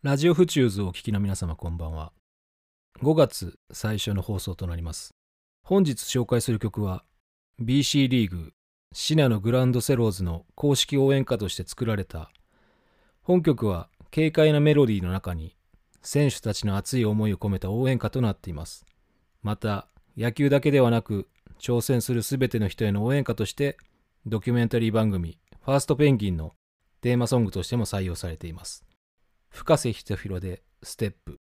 ラジオフチューズをお聞きの皆様こんばんは。5月最初の放送となります。本日紹介する曲は BC リーグシナのグランドセローズの公式応援歌として作られた。本曲は軽快なメロディーの中に選手たちの熱い思いを込めた応援歌となっています。また野球だけではなく挑戦するすべての人への応援歌としてドキュメンタリー番組ファーストペンギンのテーマソングとしても採用されています。深瀬仁弘でステップ。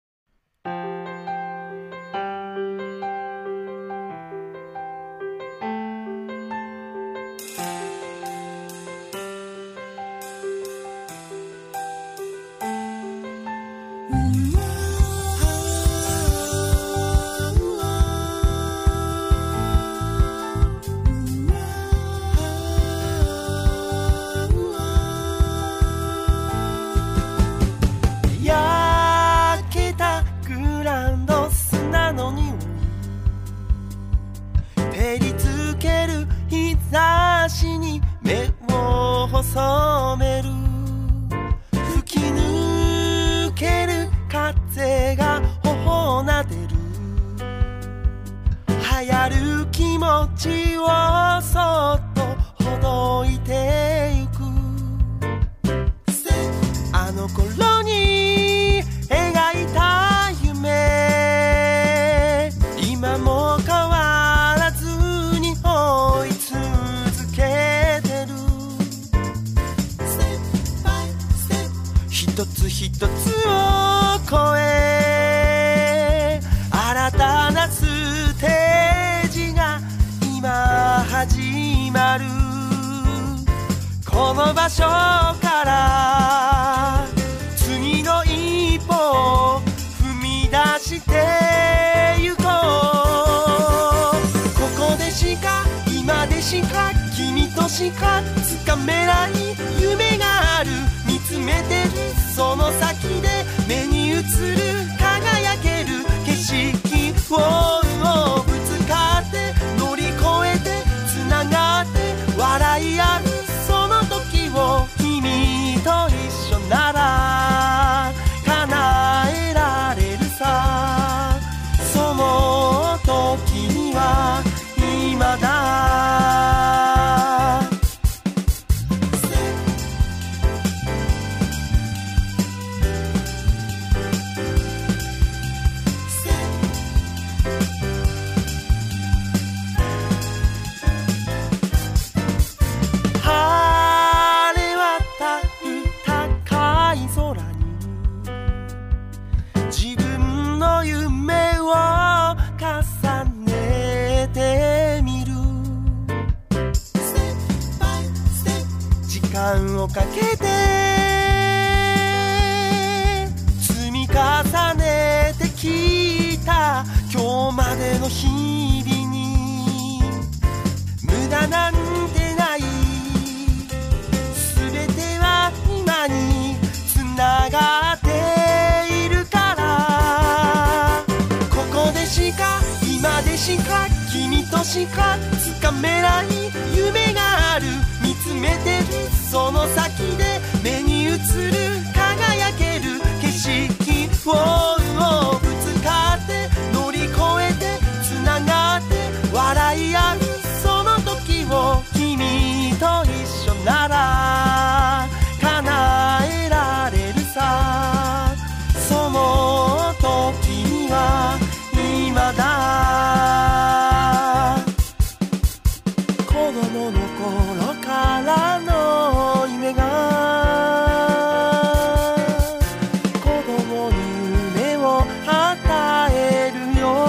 照りつける日差しに目を細める。吹き抜ける風が頬なでる。流行る気持ちをそっとほどいてゆく。あの頃に描いた夢、今も変わらずに追い続けてる。一つ一つを越え新たなステージが今始まる。この場所から次の一歩を踏み出してゆこう。ここでしか今でしか君としかつかめない夢がある。見つめてるその先で目に映る輝ける景色をぶつかって乗り越えてつながって笑い合うその時を君と一緒なら叶えられるさ。その時には今だ。時間をかけて積み重ねてきた今日までの日々に無駄なんてない。全ては今につながっているから。ここでしか今でしか君としかつかめない夢がある。見つめてるその先で目に映る輝ける景色をぶつかって乗り越えてつながって笑い合うその時を君と一緒なら叶えられるさ。その時には今だ。子供の頃からの夢が子供に夢を与えるよ。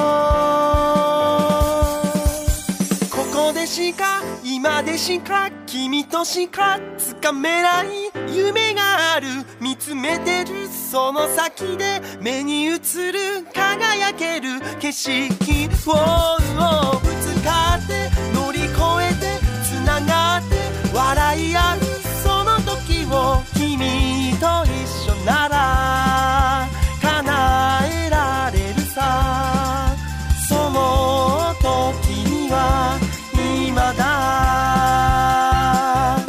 ここでしか今でしか君としかつかめない夢がある。見つめてるその先で目に映る輝ける景色をぶつかって乗り越えてつながって笑い合うその時を君と一緒なら叶えられるさ。その時には今だ。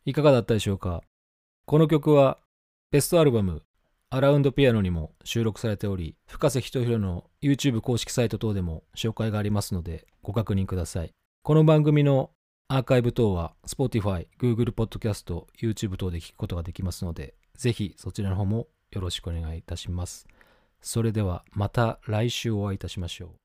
いかがだったでしょうか。この曲はベストアルバムアラウンドピアノにも収録されており、深瀬仁弘の YouTube 公式サイト等でも紹介がありますのでご確認ください。この番組のアーカイブ等は Spotify、Google Podcast、YouTube 等で聞くことができますので、ぜひそちらの方もよろしくお願いいたします。それではまた来週お会いいたしましょう。